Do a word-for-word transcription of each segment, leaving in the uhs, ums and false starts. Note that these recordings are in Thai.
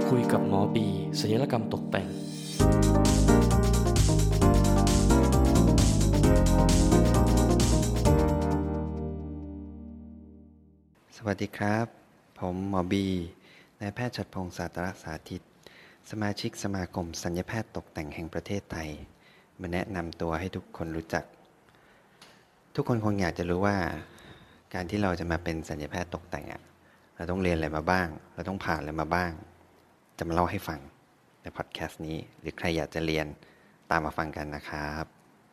คุยกับหมอบีศัลยกรรมตกแต่งสวัสดีครับผมหมอบีนายแพทย์ฉัตรพงษ์สาตรสาธิตสมาชิกสมาคมศัลยแพทย์ตกแต่งแห่งประเทศไทยมาแนะนำตัวให้ทุกคนรู้จักทุกคนคงอยากจะรู้ว่าการที่เราจะมาเป็นศัลยแพทย์ตกแต่งอ่ะเราต้องเรียนอะไรมาบ้างเราต้องผ่านอะไรมาบ้างจะมาเล่าให้ฟังในพอดแคสต์นี้หรือใครอยากจะเรียนตามมาฟังกันนะครับ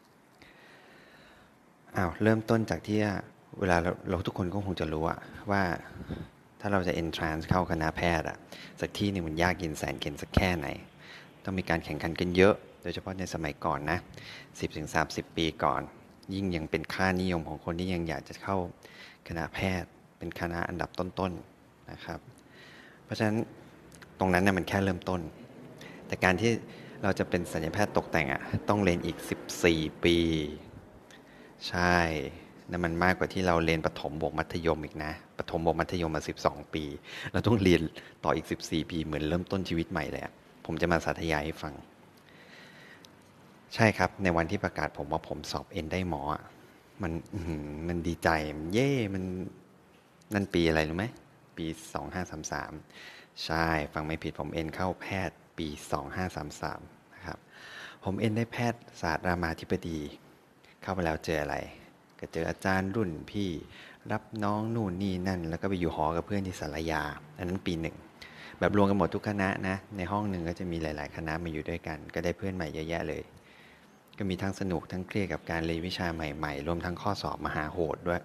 อ้าวเริ่มต้นจากที่เวลาเราเราทุกคนก็คงจะรู้ว่าถ้าเราจะ entrance เข้าคณะแพทย์อะสักที่หนึ่งมันยากเย็นแสนเข็ญสักแค่ไหนต้องมีการแข่งขันกันเยอะโดยเฉพาะในสมัยก่อนนะ สิบถึงสามสิบ ปีก่อนยิ่งยังเป็นค่านิยมของคนที่ยังอยากจะเข้าคณะแพทย์เป็นคณะอันดับต้นๆนะครับเพราะฉะนั้นตรงนั้นเนี่ยมันแค่เริ่มต้นแต่การที่เราจะเป็นศัลยแพทย์ตกแต่งอะต้องเรียนอีกสิบสี่ปีใช่นั่นมันมากกว่าที่เราเรียนประถมบวกมัธยมอีกนะประถมบวกมัธยมมาสิบสองปีเราต้องเรียนต่ออีกสิบสี่ปีเหมือนเริ่มต้นชีวิตใหม่เลยผมจะมาสาธยายให้ฟังใช่ครับในวันที่ประกาศผมว่าผมสอบเอ็นได้หมอมันมันดีใจมันเย่มันนั่นปีอะไรรู้ไหมปีสองพันห้าร้อยสามสิบสามใช่ฟังไม่ผิดผมเอ็นเข้าแพทย์ปีสองพันห้าร้อยสามสิบสามนะครับผมเอ็นได้แพทย์ศาสตร์รามาธิบดีเข้าไปแล้วเจออะไรก็เจออาจารย์รุ่นพี่รับน้องนู่นนี่นั่นแล้วก็ไปอยู่หอกับเพื่อนที่สารยาอันนั้นปีหนึ่งแบบรวมกันหมดทุกคณะนะในห้องหนึ่งก็จะมีหลายๆคณะมาอยู่ด้วยกันก็ได้เพื่อนใหม่เยอะแยะเลยก็มีทั้งสนุกทั้งเครียดกับการเรียนวิชาใหม่ๆรวมทั้งข้อสอบมหาโหดด้วย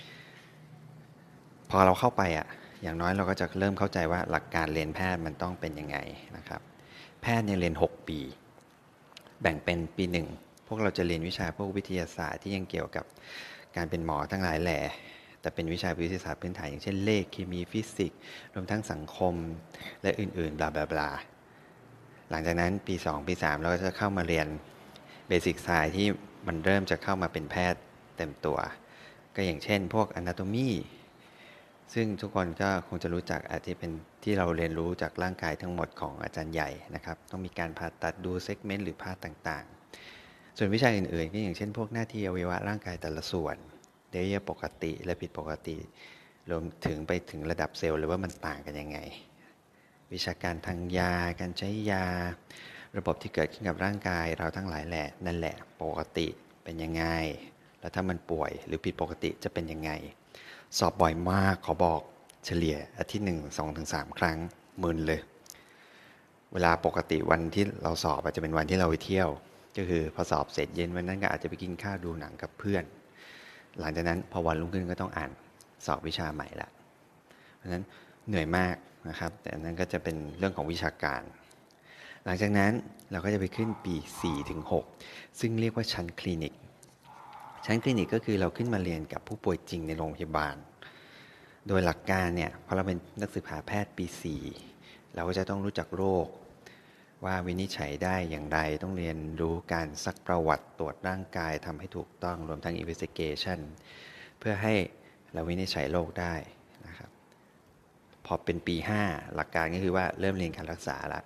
พอเราเข้าไปอ่ะอย่างน้อยเราก็จะเริ่มเข้าใจว่าหลักการเรียนแพทย์มันต้องเป็นยังไงนะครับแพทย์เนี่ยเรียนหกปีแบ่งเป็นปีหนึ่งพวกเราจะเรียนวิชาพวกวิทยาศาสตร์ที่ยังเกี่ยวกับการเป็นหมอทั้งหลายแหล่แต่เป็นวิชาวิทยาศาสตร์พื้นฐานอย่างเช่นเลขเคมีฟิสิกส์รวมทั้งสังคมและอื่นๆบลาบลาบลาหลังจากนั้นปีสองปีสามเราก็จะเข้ามาเรียนเบสิกไซน์ที่มันเริ่มจะเข้ามาเป็นแพทย์เต็มตัวก็อย่างเช่นพวก anatomy ซึ่งทุกคนก็คงจะรู้จักอาจจะเป็นที่เราเรียนรู้จากร่างกายทั้งหมดของอาจารย์ใหญ่นะครับต้องมีการผ่าตัดดูเซกเมนต์หรือผ่าต่างๆส่วนวิชาอื่นๆก็อย่างเช่นพวกหน้าที่อวัยวะร่างกายแต่ละส่วนเดย์ปกติและผิดปกติรวมถึงไปถึงระดับเซลล์หรือว่ามันต่างกันยังไงวิชาการทางยาการใช้ยาระบบที่เกิดขึ้นกับร่างกายเราทั้งหลายแหละนั่นแหละปกติเป็นยังไงแล้วถ้ามันป่วยหรือผิดปกติจะเป็นยังไงสอบบ่อยมากขอบอกเฉลี่ยอาทิตย์หนึ่ง สองถึงสาม ครั้งมึนเลยเวลาปกติวันที่เราสอบอาจจะเป็นวันที่เราไปเที่ยวก็คือพอสอบเสร็จเย็นวันนั้นก็อาจจะไปกินข้าวดูหนังกับเพื่อนหลังจากนั้นพอวันรุ่งขึ้นก็ต้องอ่านสอบวิชาใหม่ละเพราะฉะนั้นเหนื่อยมากนะครับแต่อันนั้นก็จะเป็นเรื่องของวิชาการหลังจากนั้นเราก็จะไปขึ้นปี สี่ถึงหก ซึ่งเรียกว่าชั้นคลินิกชั้นคลินิกก็คือเราขึ้นมาเรียนกับผู้ป่วยจริงในโรงพยาบาลโดยหลักการเนี่ยพอเราเป็นนักศึกษาแพทย์ปี สี่เราก็จะต้องรู้จักโรคว่าวินิจฉัยได้อย่างไรต้องเรียนรู้การซักประวัติตรวจร่างกายทำให้ถูกต้องรวมทั้ง investigation เพื่อให้เราวินิจฉัยโรคได้นะครับพอเป็นปี ห้าหลักการก็คือว่าเริ่มเรียนการรักษาละ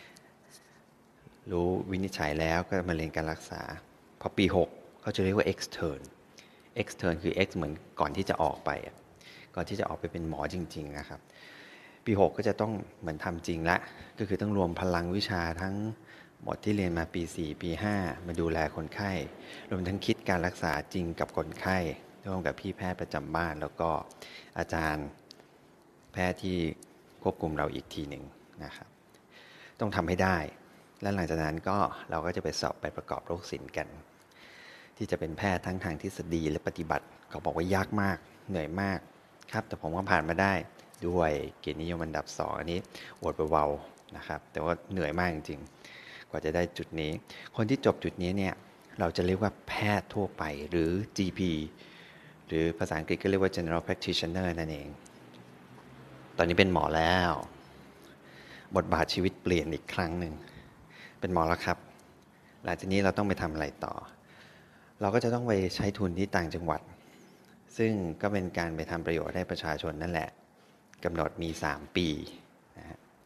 รู้วินิจฉัยแล้วก็มาเรียนการรักษาพอปี หกเขาจะเรียกว่า extern extern คือ x เหมือนก่อนที่จะออกไปก่อนที่จะออกไปเป็นหมอจริงๆนะครับปีหกก็จะต้องเหมือนทำจริงละก็คือต้องรวมพลังวิชาทั้งหมดที่เรียนมาปี สี่ ปี ห้ามาดูแลคนไข้รวมทั้งคิดการรักษาจริงกับคนไข้ร่วมกับพี่แพทย์ประจำบ้านแล้วก็อาจารย์แพทย์ที่ควบคุมเราอีกทีหนึ่งนะครับต้องทำให้ได้และหลังจากนั้นก็เราก็จะไปสอบไปประกอบโรคศิลป์กันที่จะเป็นแพทย์ทั้งทางทฤษฎีและปฏิบัติเขาบอกว่ายากมากเหนื่อยมากครับแต่ผมก็ผ่านมาได้ด้วยเกียรตินิยมอันดับสองอันนี้อวดเบาๆนะครับแต่ว่าเหนื่อยมากจริงๆกว่าจะได้จุดนี้คนที่จบจุดนี้เนี่ยเราจะเรียกว่าแพทย์ทั่วไปหรือ จี พี หรือภาษาอังกฤษก็เรียกว่า general practitioner นั่นเองตอนนี้เป็นหมอแล้วบทบาทชีวิตเปลี่ยนอีกครั้งหนึ่งเป็นหมอแล้วครับหลังจากนี้เราต้องไปทำอะไรต่อเราก็จะต้องไปใช้ทุนที่ต่างจังหวัดซึ่งก็เป็นการไปทำประโยชน์ให้ประชาชนนั่นแหละกำหนดมีสามปีนะฮะ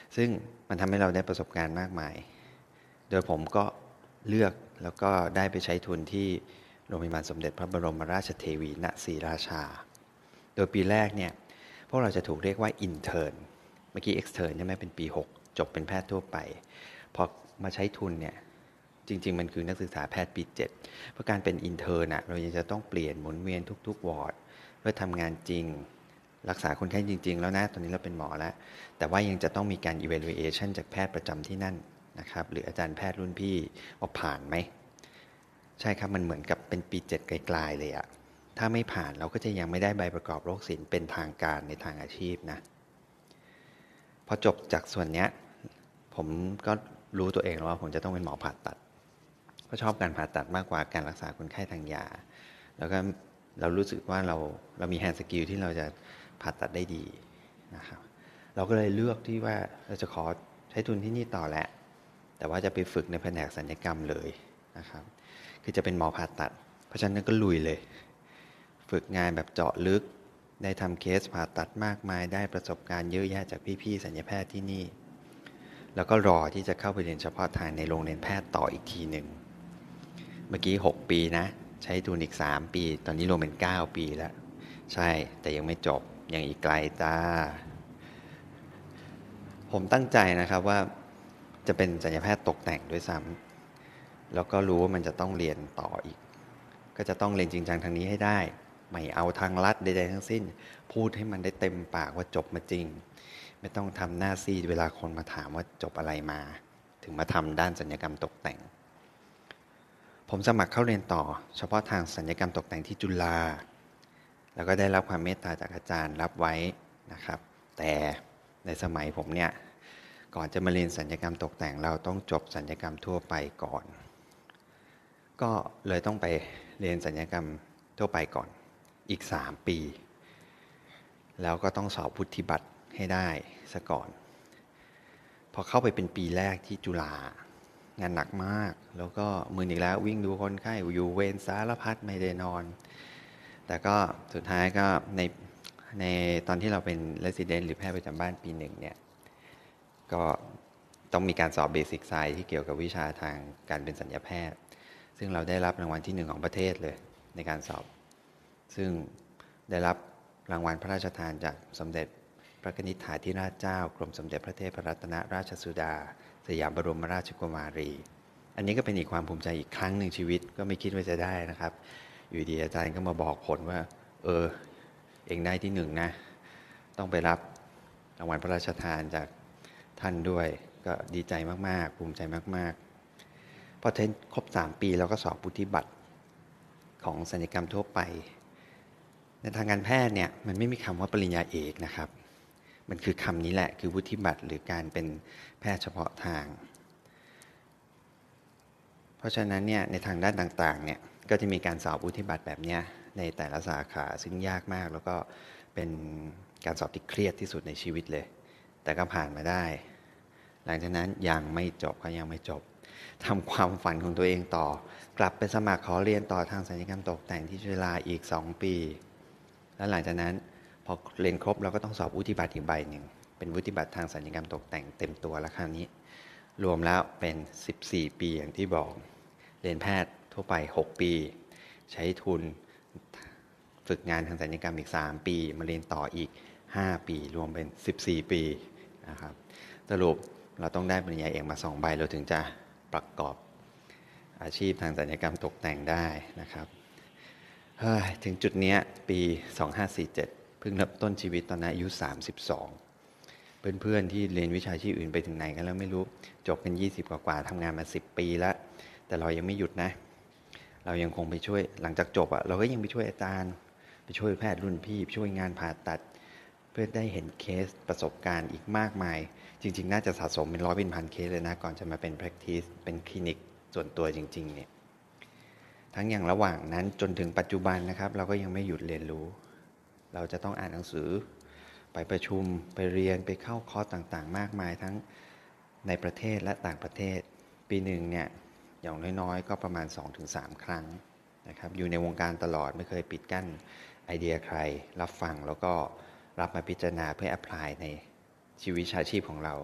ซึ่งมันทำให้เราได้ประสบการณ์มากมายโดยผมก็เลือกแล้วก็ได้ไปใช้ทุนที่โรงพยาบาลสมเด็จพระบรมราชเทวีณศรีราชาโดยปีแรกเนี่ยพวกเราจะถูกเรียกว่า intern เมื่อกี้ extern ใช่ไหมเป็นปีหกจบเป็นแพทย์ทั่วไปพอมาใช้ทุนเนี่ยจริงๆมันคือนักศึกษาแพทย์ปีเจ็ดเพราะการเป็น intern น่ะเรายังจะต้องเปลี่ยนหมุนเวียนทุกๆวอร์ดเพื่อทำงานจริงรักษาคนไข้จริงๆแล้วนะตอนนี้เราเป็นหมอแล้วแต่ว่ายังจะต้องมีการ evaluation จากแพทย์ประจำที่นั่นนะครับหรืออาจารย์แพทย์รุ่นพี่ว่าผ่านไหมใช่ครับมันเหมือนกับเป็นปีเจ็ดไกลๆเลยอะถ้าไม่ผ่านเราก็จะยังไม่ได้ใบประกอบโรคศิลป์เป็นทางการในทางอาชีพนะพอจบจากส่วนนี้ผมก็รู้ตัวเองแล้วว่าผมจะต้องเป็นหมอผ่าตัดก็ชอบการผ่าตัดมากกว่าการรักษาคนไข้ทางยาแล้วก็เรารู้สึกว่าเราเรามีแฮนด์สกิลที่เราจะผ่าตัดได้ดีนะครับเราก็เลยเลือกที่ว่าเราจะขอใช้ทุนที่นี่ต่อแหละแต่ว่าจะไปฝึกในแผนกศัลยกรรมเลยนะครับคือจะเป็นหมอผ่าตัดเพราะฉะนั้นก็ลุยเลยฝึกงานแบบเจาะลึกได้ทำเคสผ่าตัดมากมายได้ประสบการณ์เยอะแยะจากพี่ๆศัลยแพทย์ที่นี่แล้วก็รอที่จะเข้าไปเรียนเฉพาะทางในโรงเรียนแพทย์ต่ออีกทีหนึ่งเมื่อกี้หกปีนะใช้ทุนอีกสามปีตอนนี้รวมเป็นเก้าปีแล้วใช่แต่ยังไม่จบยังอีกไกลจ้าผมตั้งใจนะครับว่าจะเป็นศัลยแพทย์ตกแต่งด้วยซ้ำแล้วก็รู้ว่ามันจะต้องเรียนต่ออีกก็จะต้องเรียนจริงจังทางนี้ให้ได้ไม่เอาทางลัดใดๆทั้งสิ้นพูดให้มันได้เต็มปากว่าจบมาจริงไม่ต้องทำหน้าซีดเวลาคนมาถามว่าจบอะไรมาถึงมาทำด้านศัลยกรรมตกแต่งผมสมัครเข้าเรียนต่อเฉพาะทางศัลยกรรมตกแต่งที่จุฬาแล้วก็ได้รับความเมตตาจากอาจารย์รับไว้นะครับแต่ในสมัยผมเนี่ยก่อนจะมาเรียนศัลยกรรมตกแต่งเราต้องจบศัลยกรรมทั่วไปก่อนก็เลยต้องไปเรียนศัลยกรรมทั่วไปก่อนอีกสามปีแล้วก็ต้องสอบวุฒิบัตรให้ได้ซะก่อนพอเข้าไปเป็นปีแรกที่จุฬางานหนักมากแล้วก็มืออีกแล้ววิ่งดูคนไข้อยู่เวรสารพัดไม่ได้นอนแต่ก็สุดท้ายก็ในในตอนที่เราเป็น Resident หรือแพทย์ประจำบ้านปีหนึ่งเนี่ยก็ต้องมีการสอบเบสิกไซน์ที่เกี่ยวกับวิชาทางการเป็นศัลยแพทย์ซึ่งเราได้รับรางวัลที่หนึ่งของประเทศเลยในการสอบซึ่งได้รับรางวัลพระราชทานจากสมเด็จพระนิธิฐาธิราชเจ้ากรมสมเด็จพระเทพรัตนราชสุดาสยามบรมราชกุมารีอันนี้ก็เป็นอีกความภูมิใจอีกครั้งหนึ่งชีวิตก็ไม่คิดว่าจะได้นะครับอยู่ดีอาจารย์ก็มาบอกผลว่าเออเองได้ที่หนึ่งนะต้องไปรับรางวัลพระราชทานจากท่านด้วยก็ดีใจมากๆภูมิใจมากๆพอเทนครบสามปีเราก็สอบวุฒิบัตรของศัลยกรรมทั่วไปในทางการแพทย์เนี่ยมันไม่มีคำว่าปริญญาเอกนะครับมันคือคำนี้แหละคือวุฒิบัตรหรือการเป็นแพทย์เฉพาะทางเพราะฉะนั้นเนี่ยในทางด้านต่างๆเนี่ยก็จะมีการสอบวุฒิบัตรแบบนี้ในแต่ละสาขาซึ่งยากมากแล้วก็เป็นการสอบที่เครียดที่สุดในชีวิตเลยแต่ก็ผ่านมาได้หลังจากนั้นยังไม่จบก็ยังไม่จบทำความฝันของตัวเองต่อกลับไปสมัครขอเรียนต่อทางศัลยกรรมตกแต่งที่จุฬาอีกสองปีแล้วหลังจากนั้นพอเรียนครบเราก็ต้องสอบวุฒิบัตรอีกใบหนึ่งเป็นวุฒิบัตรทางศัลยกรรมตกแต่งเต็มตัวแล้วคราวนี้รวมแล้วเป็นสิบสี่ปีอย่างที่บอกเรียนแพทย์ทั่วไปหกปีใช้ทุนฝึกงานทางศัลยกรรมอีกสามปีมาเรียนต่ออีกห้าปีรวมเป็นสิบสี่ปีนะครับสรุปเราต้องได้ปริญญาเอกมาสองใบเราถึงจะประกอบอาชีพทางศัลยกรรมตกแต่งได้นะครับถึงจุดนี้ปีสองห้าสี่เจ็ดเพิ่งเริ่มต้นชีวิตตอนนั้นอายุสามสิบสองเพื่อนๆที่เรียนวิชาชีพอื่นไปถึงไหนกันแล้วไม่รู้จบกันยี่สิบกว่าๆทำงานมาสิบปีแล้วแต่เรายังไม่หยุดนะเรายังคงไปช่วยหลังจากจบอะเราก็ยังไปช่วยอาจารย์ไปช่วยแพทย์รุ่นพี่ช่วยงานผ่าตัดเพื่อได้เห็นเคสประสบการณ์อีกมากมายจริงๆน่าจะสะสมเป็นร้อยเป็นพันเคสเลยนะก่อนจะมาเป็น practice เป็นคลินิกส่วนตัวจริงๆเนี่ยทั้งอย่างระหว่างนั้นจนถึงปัจจุบันนะครับเราก็ยังไม่หยุดเรียนรู้เราจะต้องอ่านหนังสือไปประชุมไปเรียนไปเข้าคอร์สต่างๆมากมายทั้งในประเทศและต่างประเทศปีหนึ่งเนี่ยอย่างน้อยๆก็ประมาณ สองถึงสาม ครั้งนะครับอยู่ในวงการตลอดไม่เคยปิดกั้นไอเดียใครรับฟังแล้วก็รับมาพิจารณาเพื่อแอพพลายในชีวิตวิชาชีพของเรา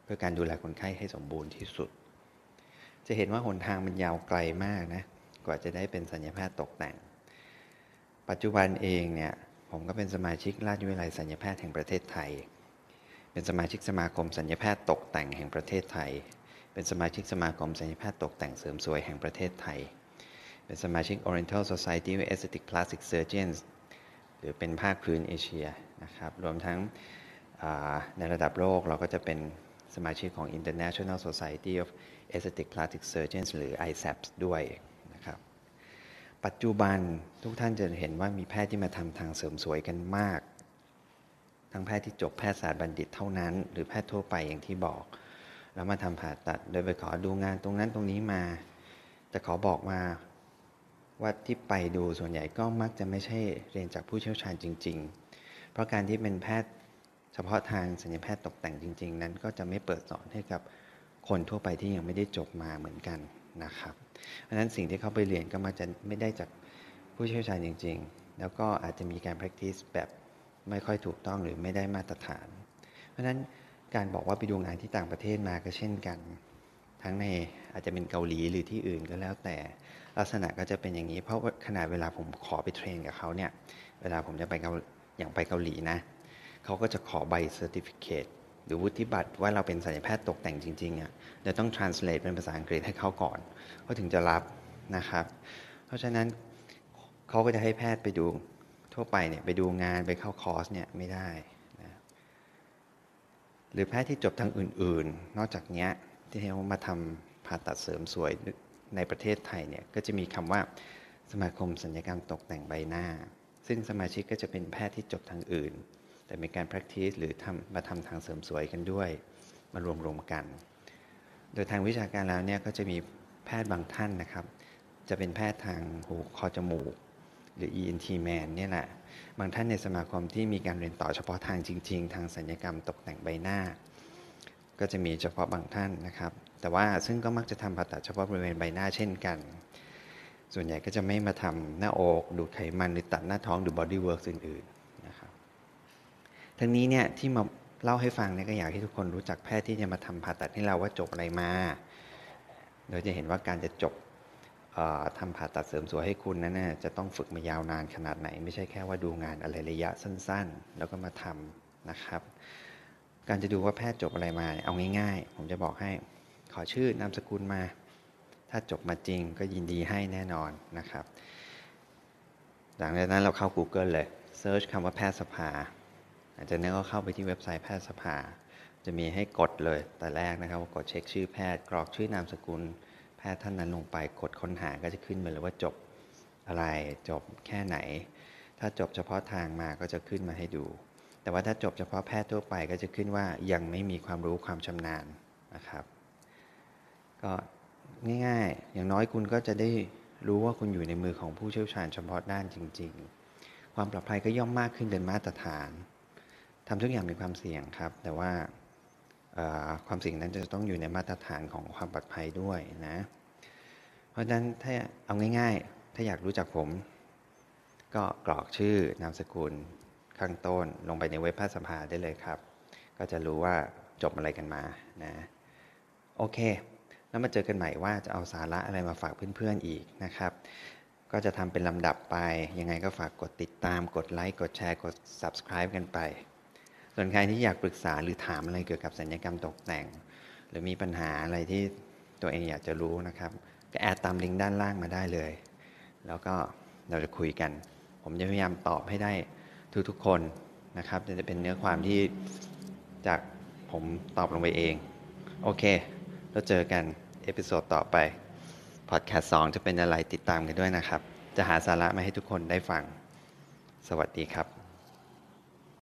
พื่อการดูแลคนไข้ให้สมบูรณ์ที่สุดจะเห็นว่าหนทางมันยาวไกลมากนะกว่าจะได้เป็นศัลยแพทย์ตกแต่งปัจจุบันเองเนี่ยผมก็เป็นสมาชิกราชวิทยาลัยศัลยแพทย์แห่งประเทศไทยเป็นสมาชิกสมาคมศัลยแพทย์ตกแต่งแห่งประเทศไทยเป็นสมาชิกสมาคมศัลยแพทย์ตกแต่งเสริมสวยแห่งประเทศไทยเป็นสมาชิก Oriental Society of Aesthetic Plastic Surgeons หรือเป็นภาคพื้นเอเชียนะครับรวมทั้งในระดับโลกเราก็จะเป็นสมาชิกของ International Society of Aesthetic Plastic Surgeons หรือ ไอ แซป ด้วยนะครับปัจจุบันทุกท่านจะเห็นว่ามีแพทย์ที่มาทำทางเสริมสวยกันมากทั้งแพทย์ที่จบแพทยศาสตร์บัณฑิตเท่านั้นหรือแพทย์ทั่วไปอย่างที่บอกแล้วมาทำผ่าตัดโดยไปขอดูงานตรงนั้นตรงนี้มาแต่ขอบอกมาว่าที่ไปดูส่วนใหญ่ก็มักจะไม่ใช่เรียนจากผู้เชี่ยวชาญจริงๆเพราะการที่เป็นแพทย์เฉพาะทางศัลยแพทย์ตกแต่งจริงๆนั้นก็จะไม่เปิดสอนให้กับคนทั่วไปที่ยังไม่ได้จบมาเหมือนกันนะครับเพราะฉะนั้นสิ่งที่เขาไปเรียนก็มักจะไม่ได้จากผู้เชี่ยวชาญจริงๆแล้วก็อาจจะมีการ practice แบบไม่ค่อยถูกต้องหรือไม่ได้มาตรฐานเพราะฉะนั้นการบอกว่าไปดูงานที่ต่างประเทศมาก็เช่นกันทั้งในอาจจะเป็นเกาหลีหรือที่อื่นก็แล้วแต่ลักษณะก็จะเป็นอย่างนี้เพราะว่าขนาดเวลาผมขอไปเทรนกับเขาเนี่ยเวลาผมจะไปเกาอย่างไปเกาหลีนะเขาก็จะขอใบ certificate หรือวุฒิบัตรว่าเราเป็นศัลยแพทย์ตกแต่งจริงๆอ่ะจะต้อง translate เป็นภาษาอังกฤษให้เขาก่อนเขาถึงจะรับนะครับเพราะฉะนั้นเขาก็จะให้แพทย์ไปดูทั่วไปเนี่ยไปดูงานไปเข้าคอร์สเนี่ยไม่ได้นะหรือแพทย์ที่จบทางอื่นๆนอกจากเนี้ยที่เขามาทำผ่าตัดเสริมสวยในประเทศไทยเนี่ยก็จะมีคำว่าสมาคมศัลยกรรมตกแต่งใบหน้าซึ่งสมาชิกก็จะเป็นแพทย์ที่จบทางอื่นแต่มีการ practice หรือทำมาทำทางเสริมสวยกันด้วยมารวมๆกันโดยทางวิชาการแล้วเนี่ยก็จะมีแพทย์บางท่านนะครับจะเป็นแพทย์ทางหูคอจมูกหรือ อี เอ็น ที Man เนี่ยแหละบางท่านในสมาคมที่มีการเรียนต่อเฉพาะทางจริงๆทางศัลยกรรมตกแต่งใบหน้าก็จะมีเฉพาะบางท่านนะครับแต่ว่าซึ่งก็มักจะทำผ่าตัดเฉพาะบริเวณใบหน้าเช่นกันส่วนใหญ่ก็จะไม่มาทำหน้าอกดูดไขมันหรือตัดหน้าท้องหรือ body work อื่นๆนะครับทั้งนี้เนี่ยที่มาเล่าให้ฟังเนี่ยก็อยากให้ทุกคนรู้จักแพทย์ที่จะมาทำผ่าตัดให้เราว่าจบอะไรมาโดยจะเห็นว่าการจะจบทำผ่าตัดเสริมสวยให้คุณนั้นนะจะต้องฝึกมายาวนานขนาดไหนไม่ใช่แค่ว่าดูงานอะไรระยะสั้นๆแล้วก็มาทำนะครับการจะดูว่าแพทย์จบอะไรมาเอาง่ายๆผมจะบอกให้ขอชื่อนามสกุลมาถ้าจบมาจริงก็ยินดีให้แน่นอนนะครับหลังจากนั้นเราเข้า Google เลยเซิร์ชคำว่าแพทยสภาจากนั้นก็เข้าไปที่เว็บไซต์แพทยสภาจะมีให้กดเลยแต่แรกนะครับกดเช็คชื่อแพทย์กรอกชื่อนามสกุลแพทย์ท่านนั้นลงไปกดค้นหาก็จะขึ้นมาเลยว่าจบอะไรจบแค่ไหนถ้าจบเฉพาะทางมาก็จะขึ้นมาให้ดูแต่ว่าถ้าจบเฉพาะแพทย์ทั่วไปก็จะขึ้นว่ายังไม่มีความรู้ความชำนาญนะครับก็ง่ายๆอย่างน้อยคุณก็จะได้รู้ว่าคุณอยู่ในมือของผู้เชี่ยวชาญเฉพาะด้านจริงๆความปลอดภัยก็ย่อมมากขึ้นเป็นมาตรฐานทำทุกอย่างมีความเสี่ยงครับแต่ว่าความเสี่ยงนั้นจะต้องอยู่ในมาตรฐานของความปลอดภัยด้วยนะเพราะฉะนั้นถ้าเอาง่ายๆถ้าอยากรู้จักผมก็กรอกชื่อนามสกุลข้างต้นลงไปในเว็บแพทยสภาได้เลยครับก็จะรู้ว่าจบอะไรกันมานะโอเคแล้วมาเจอกันใหม่ว่าจะเอาสาระอะไรมาฝากเพื่อนๆอีกนะครับก็จะทำเป็นลำดับไปยังไงก็ฝากกดติดตามกดไลค์กดแชร์กด Subscribe กันไปส่วนใครที่อยากปรึกษาหรือถามอะไรเกี่ยวกับศัลยกรรมตกแต่งหรือมีปัญหาอะไรที่ตัวเองอยากจะรู้นะครับก็แอดตามลิงก์ด้านล่างมาได้เลยแล้วก็เราจะคุยกันผมจะพยายามตอบให้ได้ทุกๆคนนะครับจะเป็นเนื้อความที่จากผมตอบลงไปเองโอเคแล้วเจอกันเอพิโซดต่อไปพอดแคสต์สองจะเป็นอะไรติดตามกันด้วยนะครับจะหาสาระมาให้ทุกคนได้ฟังสวัสดีครับ